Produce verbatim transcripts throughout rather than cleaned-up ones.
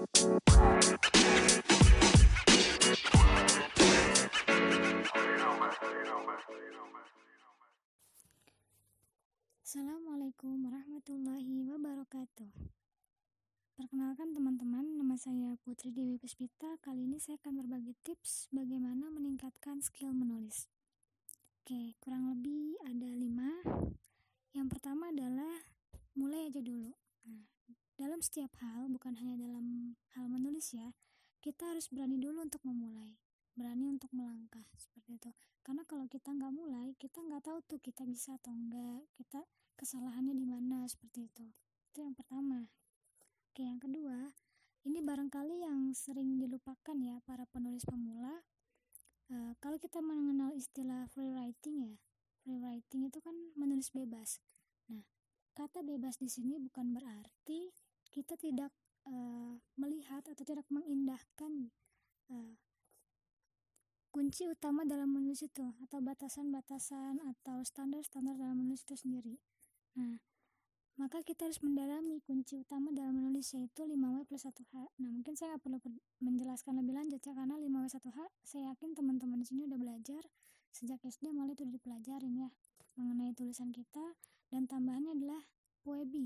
Assalamualaikum warahmatullahi wabarakatuh. Perkenalkan teman-teman, nama saya Putri Dewi Puspita. Kali ini saya akan berbagi tips bagaimana meningkatkan skill menulis. Oke, kurang lebih ada lima. Yang pertama adalah mulai aja dulu. Nah, dalam setiap hal, bukan hanya dalam hal menulis ya, kita harus berani dulu untuk memulai, berani untuk melangkah, seperti itu. Karena kalau kita nggak mulai, kita nggak tahu tuh kita bisa atau enggak, kita kesalahannya di mana, seperti itu. Itu yang pertama. Oke, yang kedua, ini barangkali yang sering dilupakan ya para penulis pemula. E, kalau kita mengenal istilah free writing ya, free writing itu kan menulis bebas. Nah, kata bebas di sini bukan berarti kita tidak e, melihat atau tidak mengindahkan e, kunci utama dalam menulis itu, atau batasan-batasan atau standar-standar dalam menulis itu sendiri. Nah, maka kita harus mendalami kunci utama dalam menulis, yaitu lima W plus satu H. Nah, mungkin saya nggak perlu menjelaskan lebih lanjut ya, karena lima W satu H saya yakin teman-teman di sini udah belajar sejak S D, mulai itu dipelajarin ya mengenai tulisan kita. Dan tambahannya adalah P W B,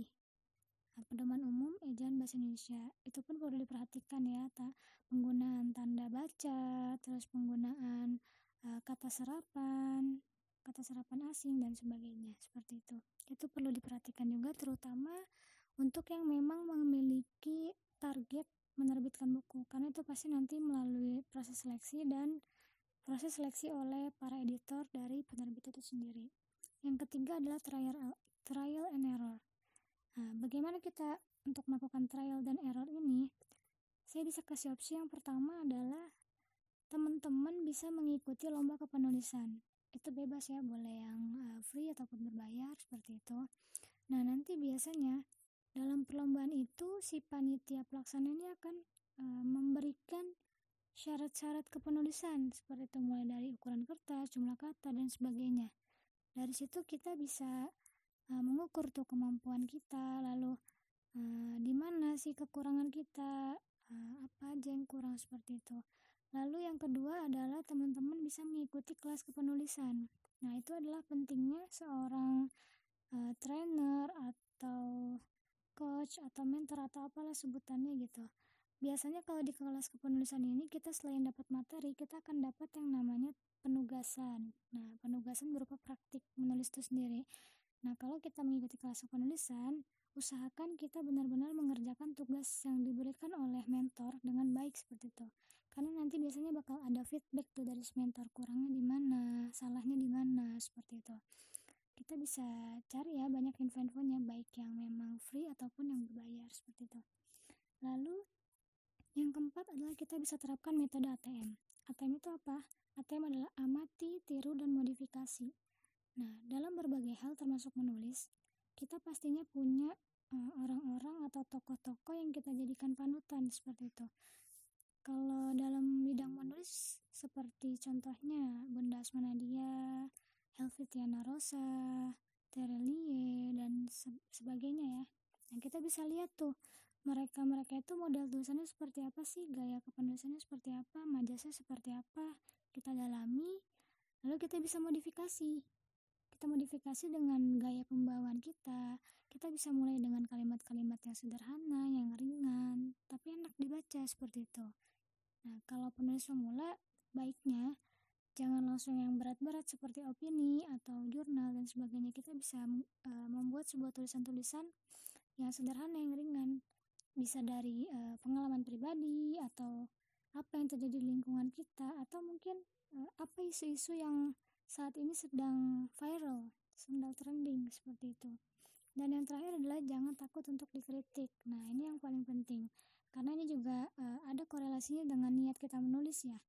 pedoman umum ejaan bahasa Indonesia. Itu pun perlu diperhatikan ya, ta- penggunaan tanda baca, terus penggunaan uh, kata serapan, kata serapan asing dan sebagainya, seperti itu. Itu perlu diperhatikan juga, terutama untuk yang memang memiliki target menerbitkan buku, karena itu pasti nanti melalui proses seleksi dan proses seleksi oleh para editor dari penerbit itu sendiri. Yang ketiga adalah trial trial and error. Nah, bagaimana kita untuk melakukan trial dan error ini? Saya bisa kasih opsi. Yang pertama adalah teman-teman bisa mengikuti lomba kepenulisan. Itu bebas ya, boleh yang uh, free ataupun berbayar, seperti itu. Nah, nanti biasanya dalam perlombaan itu si panitia pelaksana ini akan uh, memberikan syarat-syarat kepenulisan, seperti itu, mulai dari ukuran kertas, jumlah kata dan sebagainya. Dari situ kita bisa uh, mengukur tuh kemampuan kita, lalu uh, di mana sih kekurangan kita, uh, apa aja yang kurang, seperti itu. Lalu yang kedua adalah teman-teman bisa mengikuti kelas kepenulisan. Nah, itu adalah pentingnya seorang uh, trainer atau coach atau mentor atau apalah sebutannya gitu. Biasanya kalau di kelas kepenulisan ini kita selain dapat materi, kita akan dapat yang namanya penugasan. Nah, penugasan berupa praktik menulis itu sendiri. Nah, kalau kita mengikuti kelas penulisan, usahakan kita benar-benar mengerjakan tugas yang diberikan oleh mentor dengan baik, seperti itu. Karena nanti biasanya bakal ada feedback tuh dari mentor, kurangnya di mana, salahnya di mana, seperti itu. Kita bisa cari ya banyak info-infonya, baik yang memang free ataupun yang berbayar, seperti itu. Lalu yang keempat adalah kita bisa terapkan metode A T M. A T M itu apa? A T M adalah amati, tiru, dan modifikasi. Nah, dalam berbagai hal termasuk menulis, kita pastinya punya uh, orang-orang atau tokoh-tokoh yang kita jadikan panutan, seperti itu. Kalau dalam bidang menulis, seperti contohnya Bunda Asma Nadia, Helvetiana Rosa, Terelie, dan se- sebagainya ya. Nah, kita bisa lihat tuh, mereka-mereka itu model tulisannya seperti apa sih, gaya kepenulisannya seperti apa, majasnya seperti apa, kita dalami, lalu kita bisa modifikasi. Kita modifikasi dengan gaya pembawaan kita. Kita bisa mulai dengan kalimat-kalimat yang sederhana, yang ringan, tapi enak dibaca, seperti itu. Nah, kalau penulis pemula, baiknya jangan langsung yang berat-berat seperti opini atau jurnal dan sebagainya. Kita bisa uh, membuat sebuah tulisan-tulisan yang sederhana, yang ringan. Bisa dari uh, pengalaman pribadi, atau apa yang terjadi di lingkungan kita, atau mungkin uh, apa isu-isu yang saat ini sedang viral, sedang trending, seperti itu. Dan yang terakhir adalah jangan takut untuk dikritik. Nah, ini yang paling penting, karena ini juga uh, ada korelasinya dengan niat kita menulis ya.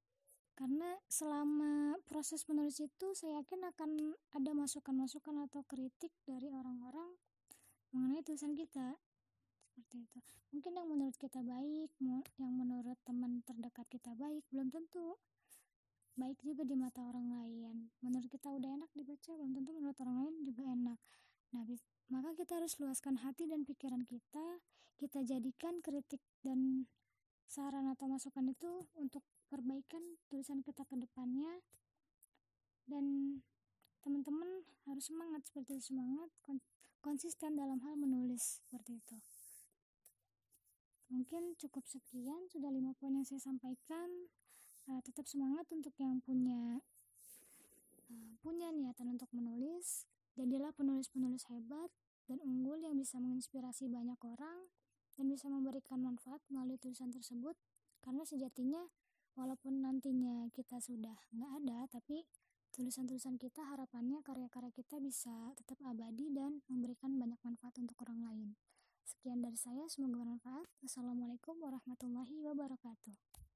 Karena selama proses menulis itu saya yakin akan ada masukan-masukan atau kritik dari orang-orang mengenai tulisan kita, seperti itu. Mungkin yang menurut kita baik, yang menurut teman terdekat kita baik, belum tentu baik juga di mata orang lain. Menurut kita udah enak dibaca, belum tentu menurut orang lain juga enak. Nah, Maka kita harus luaskan hati dan pikiran kita, kita jadikan kritik dan saran atau masukan itu untuk perbaikan tulisan kita ke depannya. Dan teman-teman harus semangat seperti itu, semangat konsisten dalam hal menulis seperti itu. Mungkin cukup sekian, sudah lima poin yang saya sampaikan. Uh, tetap semangat untuk yang punya uh, punya niatan untuk menulis. Jadilah penulis-penulis hebat dan unggul yang bisa menginspirasi banyak orang dan bisa memberikan manfaat melalui tulisan tersebut. Karena sejatinya walaupun nantinya kita sudah nggak ada, tapi tulisan-tulisan kita, harapannya karya-karya kita bisa tetap abadi dan memberikan banyak manfaat untuk orang lain. Sekian dari saya, semoga bermanfaat. Wassalamualaikum warahmatullahi wabarakatuh.